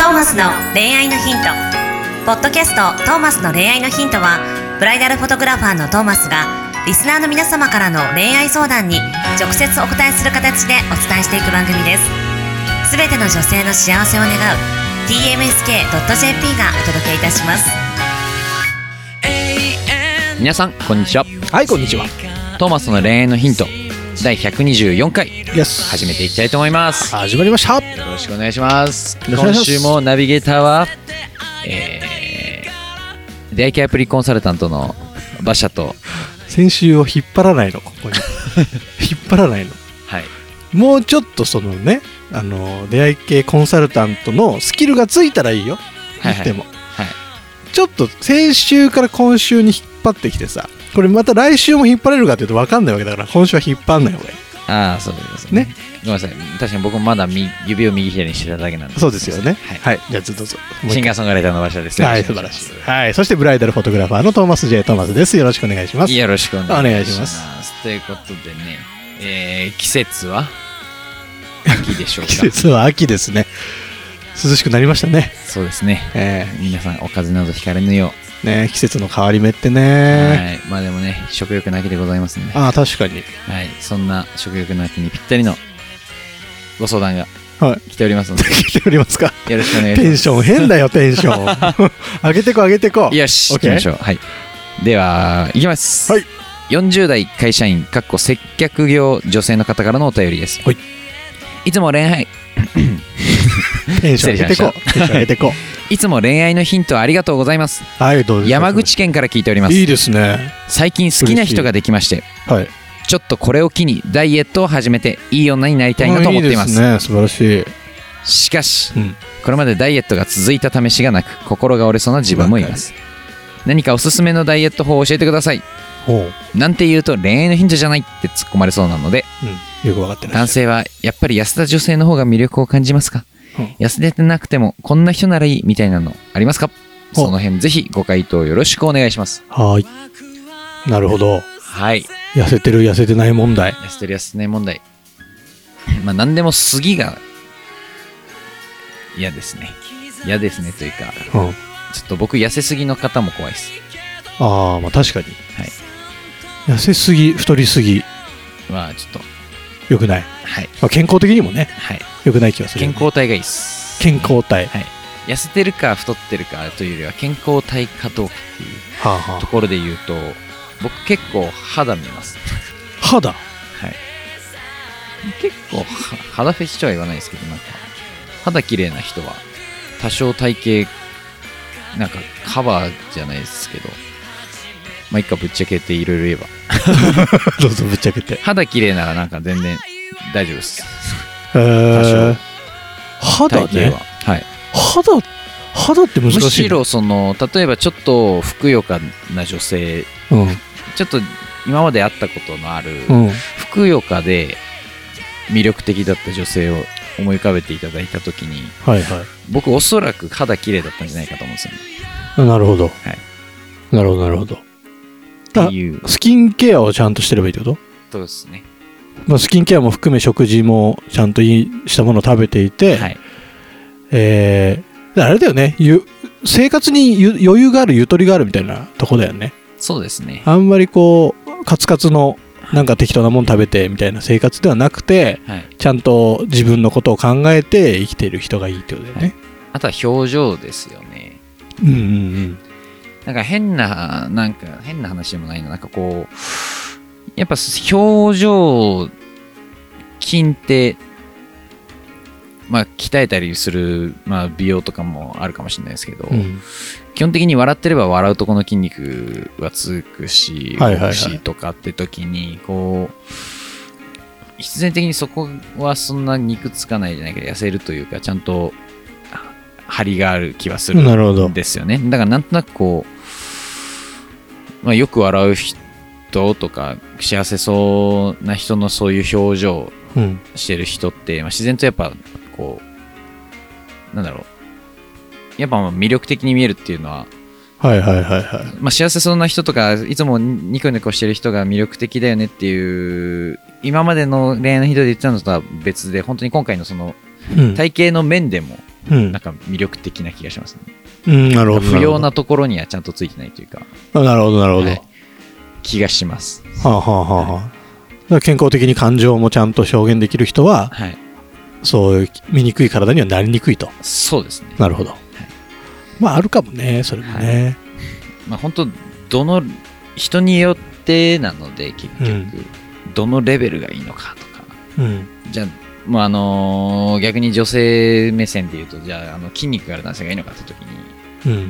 ーマスの恋愛のヒント。ポッドキャストトーマスの恋愛のヒントは、ブライダルフォトグラファーのトーマスがリスナーの皆様からの恋愛相談に直接お答えする形でお伝えしていく番組です。すべての女性の幸せを願う tmsk.jp がお届けいたします。 皆さんこんにちは。 はい、こんにちは。 トーマスの恋愛のヒント第124回 Yes。 始めていきたいと思います。 始まりました。 よろしくお願いします。 よろしくお願いします。 今週もナビゲーターは、出会い系アプリコンサルタントの馬車と、 先週を引っ張らないの、ここに引っ張らないの。 はい、 もうちょっとそのね、出会い系コンサルタントのスキルがついたらいいよ。言っても、 はい、 ちょっと先週から今週に引っ張ってきてさ、これまた来週も引っ張れるかというと分かんないわけだから、今週は引っ張んない方がいい。 ああ、そうですね。ごめんなさい。確かに僕もまだ指を右左にしてただけなんで。 そうですよね。 はい。 じゃあずっとシンガーソングライターの馬車です。 はい、素晴らしい。はい。そしてブライダルフォトグラファーのトーマス J. トーマスです。よろしくお願いします。 よろしくお願いします。ということでね、季節は秋でしょうか。 季節は秋ですね。涼しくなりましたね。 そうですね。皆さんお風邪などひかれぬよう。 ね、季節の変わり目ってね。 はい。まあでもね、食欲の秋でございますね。 ああ、確かに。 はい。そんな食欲の秋にぴったりのご相談が来ておりますので、 来ておりますか。 よろしくお願いします。 テンション変だよ、テンション。上げてこ、上げてこ。 よし、行きましょう。はい。では、いきます。 はい。 40代会社員、接客業女性の方からのお便りです。 はい。 いつも恋愛テンション上げてこ。テンション上げてこ。 いつも恋愛のヒントありがとうございます。 はい、どうぞ。 山口県から聞いております。 いいですね。 最近好きな人ができまして、 はい。 ちょっとこれを機にダイエットを始めていい女になりたいなと思っています。 いいですね、素晴らしい。 しかし、これまでダイエットが続いた試しがなく、心が折れそうな自分もいます。何かおすすめのダイエット法を教えてください。なんて言うと恋愛のヒントじゃないって突っ込まれそうなので、 よく分かってない。 男性はやっぱり痩せた女性の方が魅力を感じますか？痩せてなくてもこんな人ならいいみたいなのありますか？その辺ぜひご回答よろしくお願いします。 はい。なるほど。 はい。 痩せてる痩せてない問題。 痩せてる痩せてない問題。まあ何でも過ぎが嫌ですね。嫌ですねというか、ちょっと僕痩せすぎの方も怖いです。 ああ、まあ確かに。 はい。 痩せすぎ、太りすぎはちょっと良くない。 はい。 まあ、健康的にもね。 はい。 良くない気がする、 健康体がいいです。 健康体。 はい。痩せてるか太ってるかというよりは健康体かどうかっていうところで言うと、僕結構肌見えます。 肌？ はい。結構肌フェチとは言わないですけど、なんか肌綺麗な人は多少体型なんかカバーじゃないですけど、まあ一回ぶっちゃけていろいろ言えばどうぞぶっちゃけて。 肌綺麗ならなんか全然大丈夫です。 肌ね。 はい。 肌って難しい。 むしろその例えばちょっとふくよかな女性、ちょっと今まで会ったことのある、ふくよかで魅力的だった女性を思い浮かべていただいたときに、僕おそらく肌綺麗だったんじゃないかと思うんですよね。 なるほど。 はい。 なるほどなるほど。 っていうスキンケアをちゃんとしてればいいってこと？ そうですね。 まあスキンケアも含め食事もちゃんといいしたものを食べていて、はい、あれだよね。生活に余裕がある、ゆとりがあるみたいなとこだよね。 そうですね。 あんまりこうカツカツのなんか適当なもの食べてみたいな生活ではなくて、はい、ちゃんと自分のことを考えて生きている人がいいってことだよね。はい、 あとは表情ですよね。なんか変な話でもないの。なんかこうやっぱ表情筋ってまあ鍛えたりする、まあ、美容とかもあるかもしれないですけど、基本的に笑ってれば笑うとこの筋肉はつくし、とかって時にこう必然的にそこはそんな肉つかないじゃないけど痩せるというかちゃんと張りがある気はするんですよね。だからなんとなくこう、まあ、よく笑う人とか幸せそうな人のそういう表情してる人って、まあ、自然とやっぱこうなんだろう、やっぱ魅力的に見えるっていうのは、まあ幸せそうな人とかいつもニコニコしてる人が魅力的だよねっていう今までの恋愛の人で言ってたのとは別で、本当に今回のその体型の面でもなんか魅力的な気がしますね。なるほど。 不要なところにはちゃんとついてないというか。 なるほどなるほど、はい、 気がします。 はあはあはあ、はい、だから健康的に感情もちゃんと表現できる人は、はい、そういう醜い体にはなりにくいと。 そうですね。 なるほど、はい、まああるかもね、それもね、はい、 まあ本当どの人によってなので結局、どのレベルがいいのかとか、じゃあもう逆に女性目線で言うと、じゃあ筋肉がある男性がいいのかって時に、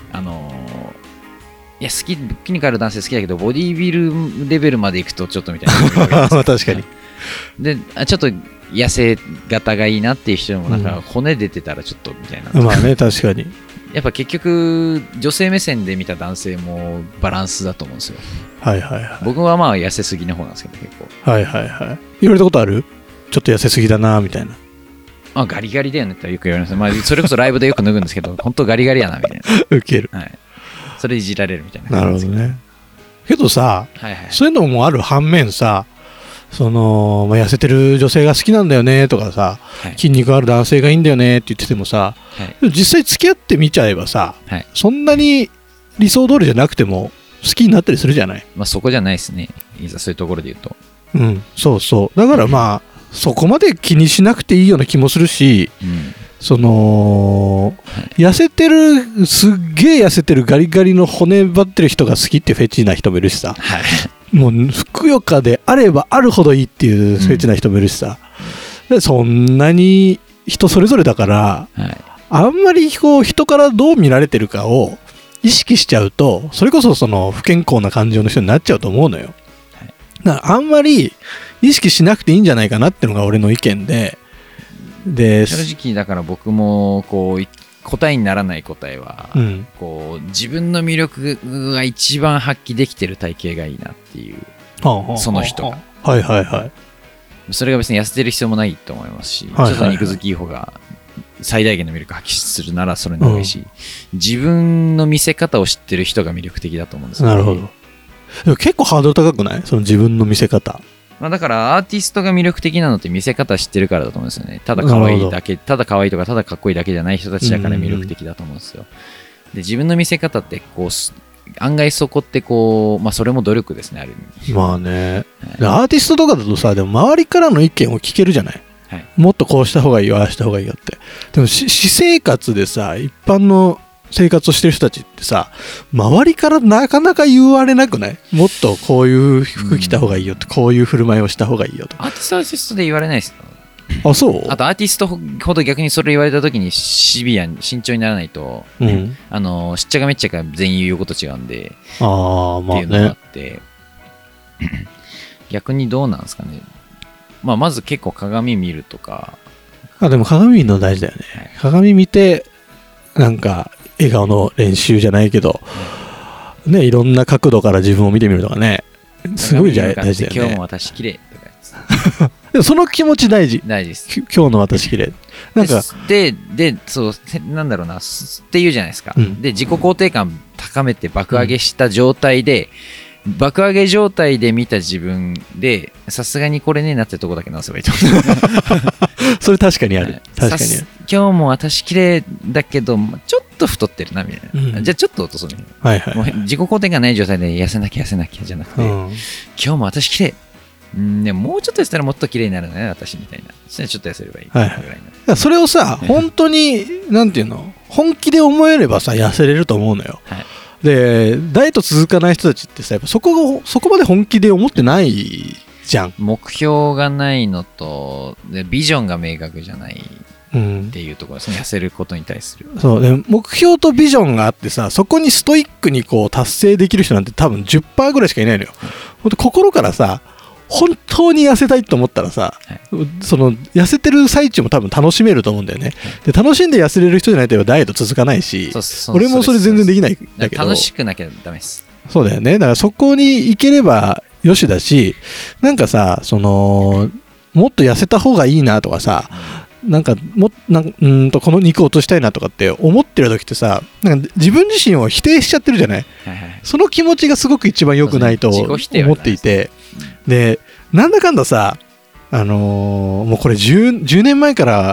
いや筋肉ある男性好きだけどボディービルレベルまでいくとちょっとみたいな確かに。 でちょっと痩せ型がいいなっていう人もなんか骨出てたらちょっとみたいな、 まあね、確かに。 やっぱ結局女性目線で見た男性もバランスだと思うんですよ。 はいはいはい。 僕はまあ痩せすぎの方なんですけど結構。はいはいはい。言われたことある？ちょっと痩せすぎだなみたいな。 ガリガリだよねってよく言われます。まあそれこそライブでよく脱ぐんですけど本当ガリガリやなみたいな。 ウケる。 はい。それいじられるみたいな。 なるほどね。けどさ、 はいはい、 そういうのもある反面さ、痩せてる女性が好きなんだよねとかさ、はい、筋肉ある男性がいいんだよねって言っててもさ、はい、実際付き合ってみちゃえばさ、はい、そんなに理想通りじゃなくても好きになったりするじゃない。 まあそこじゃないですね。いざそういうところで言うと。 そうそう。だからまあ、そこまで気にしなくていいような気もするし、痩せてる、すっげえ痩せてるガリガリの骨張ってる人が好きってフェチな人もいるしさ、はい、もうふくよかであればあるほどいいっていうフェチな人もいるしさ、でそんなに人それぞれだから、はい、あんまりこう人からどう見られてるかを意識しちゃうと、それこそその不健康な感情の人になっちゃうと思うのよ。だからあんまり意識しなくていいんじゃないかなっていうのが俺の意見で、 正直だから僕もこう答えにならない答えは、こう自分の魅力が一番発揮できてる体型がいいなっていう、その人が、 はいはいはい、 それが別に痩せてる必要もないと思いますし、ちょっと肉付きいい方が最大限の魅力発揮するならそれの方がいいし、自分の見せ方を知ってる人が魅力的だと思うんですよね。 なるほど。でも結構ハードル高くない？その自分の見せ方。 まあだからアーティストが魅力的なのって見せ方知ってるからだと思うんですよね。ただ可愛いだけ、ただ可愛いとかただかっこいいだけじゃない人たちだから魅力的だと思うんですよ。で自分の見せ方ってこう案外そこってこう、まあそれも努力ですね、ある意味。 まあね、アーティストとかだとさ、でも周りからの意見を聞けるじゃない、はい、もっとこうした方がいいよ、ああした方がいいよって。でも私生活でさ、一般の生活をしてる人たちってさ、周りからなかなか言われなくない？もっとこういう服着た方がいいよって、こういう振る舞いをした方がいいよとか。 アーティストで言われないですよ。 あ、そう？ あとアーティストほど逆にそれ言われた時にシビアに慎重にならないと、しっちゃかめっちゃか全員言うこと違うんで、 まあね、っていうのがあって逆にどうなんですかね。まあまず結構鏡見るとか。 でも鏡見るの大事だよね、はい、鏡見てなんか笑顔の練習じゃないけど、ね、いろんな角度から自分を見てみるとかね、すごい大事だよね。 今日も私綺麗とかでもその気持ち大事です。 今日の私綺麗なんかでそうなんだろうなって言うじゃないですか、で自己肯定感高めて爆上げした状態で、爆上げ状態で見た自分でさすがにこれねなってとこだけ直せばいいと思うそれ確かにある、確かにある。 今日も私綺麗だけどちょっと太ってるなみたいな、じゃあちょっと落とそうみたいな、はいはい、もう自己肯定感ない状態で痩せなきゃじゃなくて、今日も私綺麗でももうちょっと痩せたらもっと綺麗になるね私みたいな、ちょっと痩せればいいぐらいの、それをさ本当になんていうの、本気で思えればさ痩せれると思うのよ、はい。でダイエット続かない人たちってさ、やっぱそこまで本気で思ってないじゃん。 目標がないのとでビジョンが明確じゃないっていうところですね、痩せることに対する。 そうで目標とビジョンがあってさ、そこにストイックにこう達成できる人なんて多分 10% ぐらいしかいないのよ。本当心からさ本当に痩せたいと思ったらさ、はい、その痩せてる最中も多分楽しめると思うんだよね、で楽しんで痩せれる人じゃないとダイエット続かないし、俺もそれ全然できないんだけど、 楽しくなきゃダメです。 そうだよね。だからそこに行ければよしだし、なんかさもっと痩せた方がいいなとかさ、なんかこの肉を落としたいなとかって思ってる時ってさ、なんか自分自身を否定しちゃってるじゃない、はいはい、その気持ちがすごく一番良くないと思っていて、でなんだかんださ、もうこれ 10年前から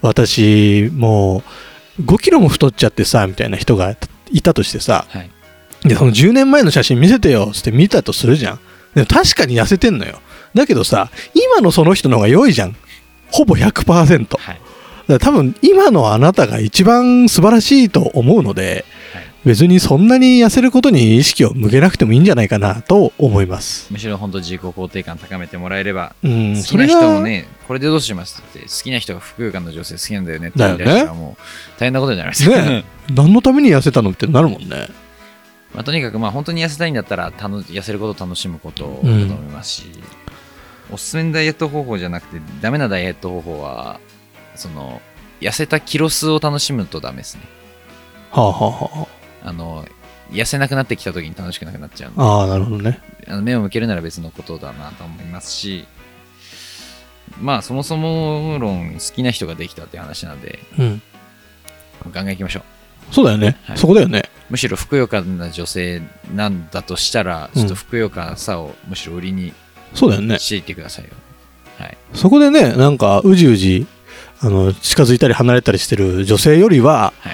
私もう5キロも太っちゃってさみたいな人がいたとしてさ、はい、でその10年前の写真見せてよって見たとするじゃん。でも確かに痩せてんのよ。だけどさ、今のその人の方が良いじゃん。ほぼ 100%、はい、だから多分今のあなたが一番素晴らしいと思うので、はい、別にそんなに痩せることに意識を向けなくてもいいんじゃないかなと思います。 むしろ本当自己肯定感高めてもらえれば、好きな人もね、これでどうしますって好きな人がふくよかな女性好きなんだよねって言い出したらもう大変なことになりますよね。 何のために痩せたのってなるもんね。 まあ、とにかくまあ本当に痩せたいんだったら痩せることを楽しむことだと思いますし、おすすめのダイエット方法じゃなくてダメなダイエット方法はその痩せたキロ数を楽しむとダメですね。 はあはあはあ。 痩せなくなってきた時に楽しくなくなっちゃうので、 ああなるほどね。 目を向けるなら別のことだなと思いますし、まあそもそも論好きな人ができたっていう話なので、ガンガンいきましょう。 そうだよね、はい、そこだよね。 むしろふくよかな女性なんだとしたら、ちょっとふくよかさをむしろ売りにしていってくださいよ。はい、 そこでね、なんかうじうじ近づいたり離れたりしてる女性よりは、はい、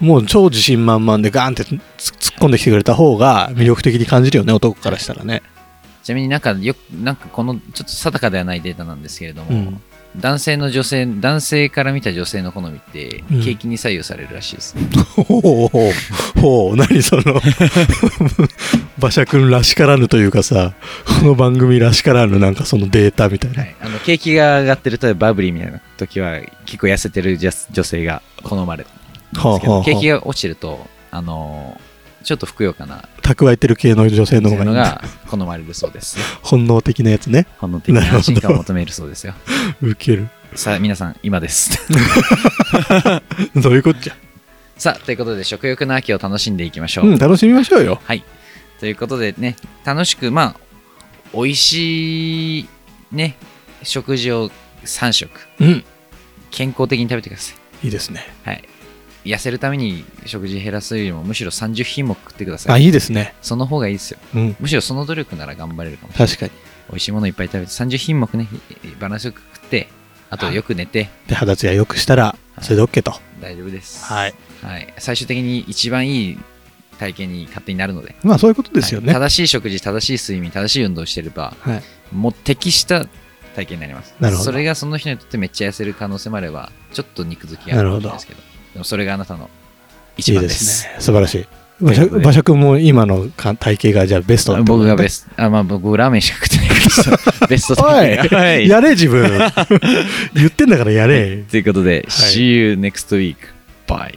もう超自信満々でガーンって突っ込んできてくれた方が魅力的に感じるよね、男からしたらね。 ちなみになんかこのちょっと定かではないデータなんですけれども、男性から見た女性の好みって景気に左右されるらしいです、ね。 ほう何その馬車くんらしからぬというかさ、この番組らしからぬなんかそのデータみたいな、はい、 景気が上がってる、例えばバブリーみたいな時は結構痩せてる女性が好まれるんですけど、景気が落ちるとちょっとふくよかな蓄えてる系の女性の方が好まれるそうです。 本能的なやつね。 本能的な安心感を求めるそうですよ。 ウケる。 さあ皆さん今ですどういうこっちゃ。 さあということで食欲の秋を楽しんでいきましょう。 楽しみましょうよ。 はい、ということでね、楽しくまあ美味しいね食事を3食、健康的に食べてください。 いいですね。はい。 痩せるために食事減らすよりもむしろ30品目食ってください。 あ、いいですね。 その方がいいですよ、むしろその努力なら頑張れるかもしれない。確かに美味しいものいっぱい食べて30品目ね、バランスよく食って、あとよく寝て、 で肌ツヤよくしたらそれで OK と、 大丈夫です。 はい、 はい、最終的に一番いい体型に勝手になるので、 まあそういうことですよね、 正しい食事、正しい睡眠、正しい運動をしてれば、もう適した体型になります。なるほど。それがその人にとってめっちゃ痩せる可能性もあれば、ちょっと肉付きがあるかもしれないですけど、でもそれがあなたの一番です。 いいですね。素晴らしい。馬車君も今の体型がじゃあベストだった、ね、 僕がベスト。まあ僕ラーメンしか食ってないからベスト体型。 はい、やれ自分。言ってんだからやれ。 ということで、See you next week. Bye.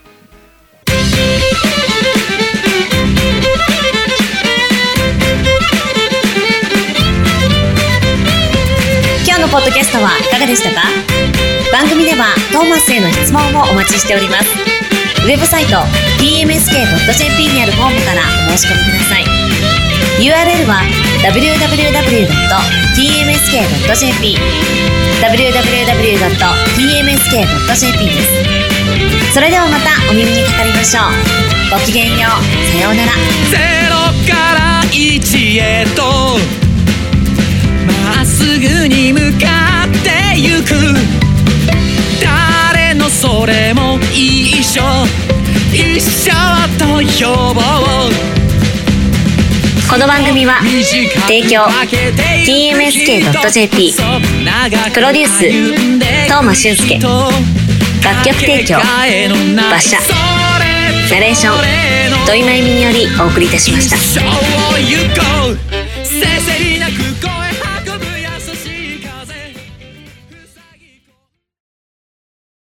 今日のポッドキャストはいかがでしたか？番組ではトーマスへの質問もお待ちしております。ウェブサイト tmsk.jp にあるフォームからお申し込みください。 URL は www.tmsk.jp www.tmsk.jp です。それではまたお耳にかかりましょう。ごきげんよう。さようなら。 0から1へとまっすぐに向かってゆく、誰のそれも一緒と呼ぼう。 この番組は提供 tmsk.jp プロデュース東間俊介、楽曲提供馬車、ナレーション土井真由美によりお送りいたしました。